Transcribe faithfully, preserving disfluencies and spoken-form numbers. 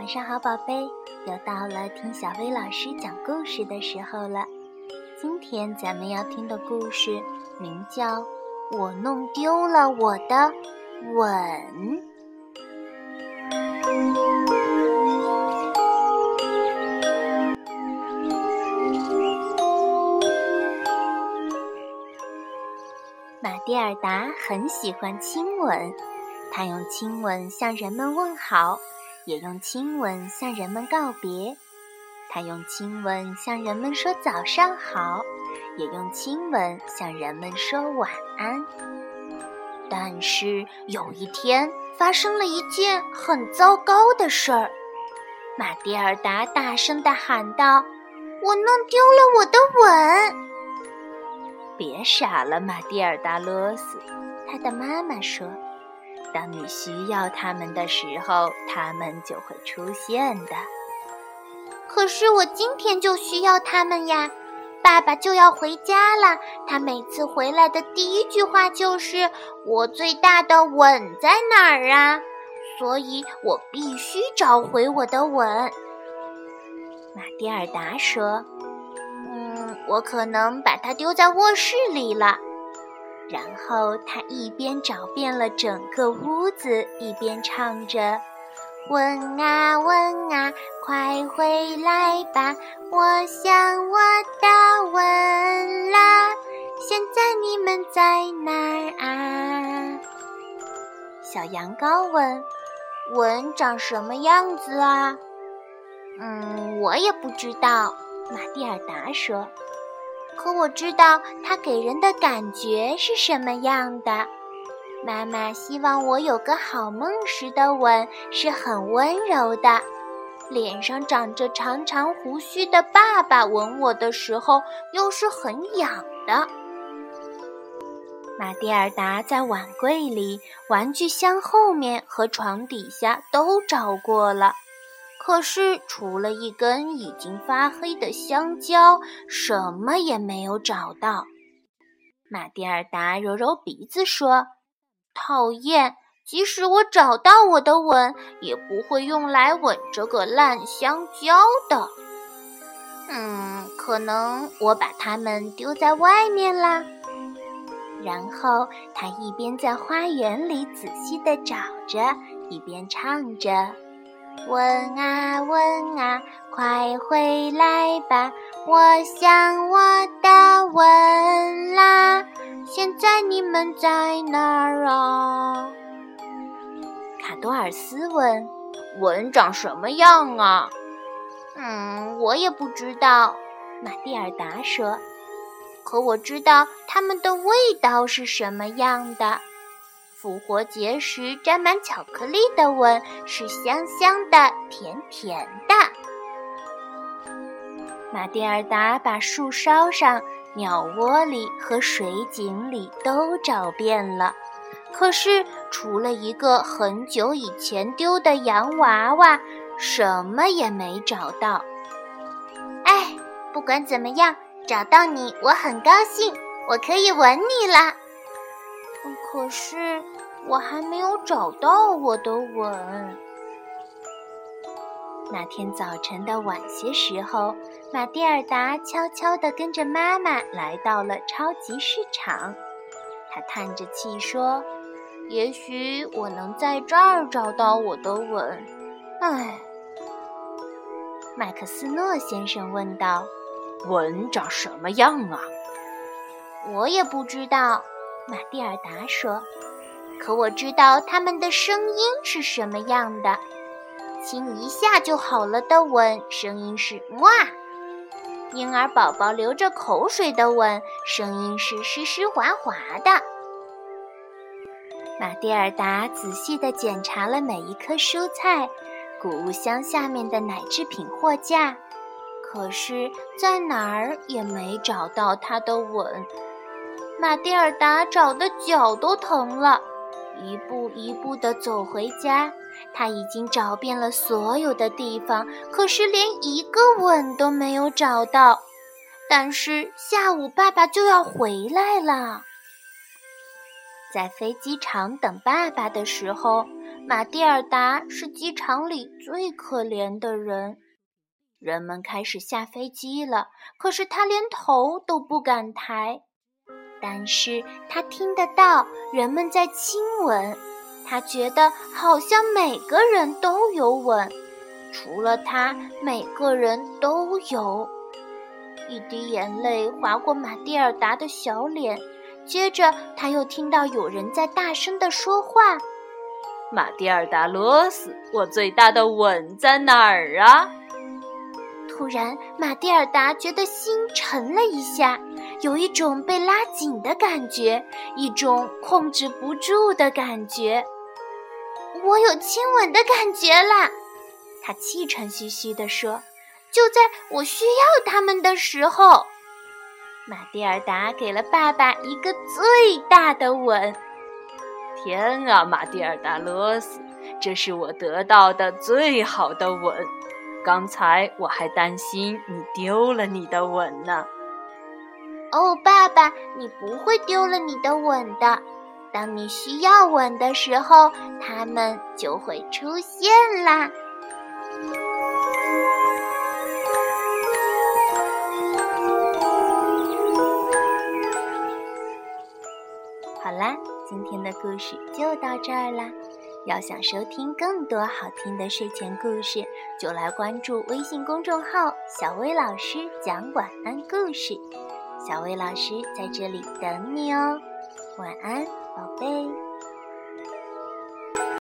上好，宝贝，又到了听小薇老师讲故事的时候了。今天咱们要听的故事名叫《我弄丢了我的吻》。马蒂尔达很喜欢亲吻，她用亲吻向人们问好，也用亲吻向人们告别。她用亲吻向人们说早上好，也用亲吻向人们说晚安。但是有一天发生了一件很糟糕的事儿，马蒂尔达大声地喊道：“我弄丢了我的吻！”别傻了，马蒂尔达罗斯，她的妈妈说，当你需要他们的时候，他们就会出现的。可是我今天就需要他们呀，爸爸就要回家了，他每次回来的第一句话就是我最大的吻在哪儿啊？所以我必须找回我的吻。马蒂尔达说，嗯，我可能把它丢在卧室里了。然后他一边找遍了整个屋子，一边唱着吻啊吻啊，快回来吧，我想我的吻啦，现在你们在哪儿啊？小羊羔问，吻长什么样子啊？嗯，我也不知道，马蒂尔达说，可我知道它给人的感觉是什么样的。妈妈希望我有个好梦时的吻是很温柔的，脸上长着长长胡须的爸爸吻我的时候又是很痒的。马蒂尔达在碗柜里、玩具箱后面和床底下都找过了，可是除了一根已经发黑的香蕉，什么也没有找到。马蒂尔达揉揉鼻子说，讨厌，即使我找到我的吻，也不会用来吻这个烂香蕉的。嗯，可能我把它们丢在外面啦。然后他一边在花园里仔细地找着，一边唱着吻啊吻啊，快回来吧，我想我的吻啦，现在你们在哪儿啊？卡多尔斯问，吻长什么样啊？嗯，我也不知道，马蒂尔达说，可我知道它们的味道是什么样的。复活节时沾满巧克力的吻是香香的、甜甜的。马蒂尔达把树梢上、鸟窝里和水井里都找遍了，可是除了一个很久以前丢的洋娃娃，什么也没找到。哎，不管怎么样，找到你我很高兴，我可以吻你了。可是我还没有找到我的吻。那天早晨的晚些时候，马蒂尔达悄悄地跟着妈妈来到了超级市场。她叹着气说，也许我能在这儿找到我的吻。唉。麦克斯诺先生问道，吻长什么样啊？我也不知道，马蒂尔达说，可我知道它们的声音是什么样的。亲一下就好了的吻，声音是哇；婴儿宝宝流着口水的吻，声音是湿湿滑滑的。马蒂尔达仔细地检查了每一颗蔬菜、谷物箱下面的奶制品货架，可是在哪儿也没找到它的吻。马蒂尔达找的脚都疼了，一步一步地走回家。他已经找遍了所有的地方，可是连一个吻都没有找到。但是下午爸爸就要回来了。在飞机场等爸爸的时候， 马蒂尔达是机场里最可怜的人。人们开始下飞机了，可是他连头都不敢抬。但是他听得到人们在亲吻，他觉得好像每个人都有吻，除了他，每个人都有。一滴眼泪划过马蒂尔达的小脸，接着他又听到有人在大声地说话： 马蒂尔达罗斯，我最大的吻在哪儿啊？ 突然，马蒂尔达觉得心沉了一下，有一种被拉紧的感觉，一种控制不住的感觉。我有亲吻的感觉啦，他气喘吁吁地说，就在我需要他们的时候。马蒂尔达给了爸爸一个最大的吻。 天啊，马蒂尔达罗斯，这是我得到的最好的吻。刚才我还担心你丢了你的吻呢。 哦，爸爸，你不会丢了你的吻的。当你需要吻的时候，它们就会出现啦。好啦，今天的故事就到这儿啦。要想收听更多好听的睡前故事，就来关注微信公众号小薇老师讲晚安故事。小薇老师在这里等你哦，晚安，宝贝。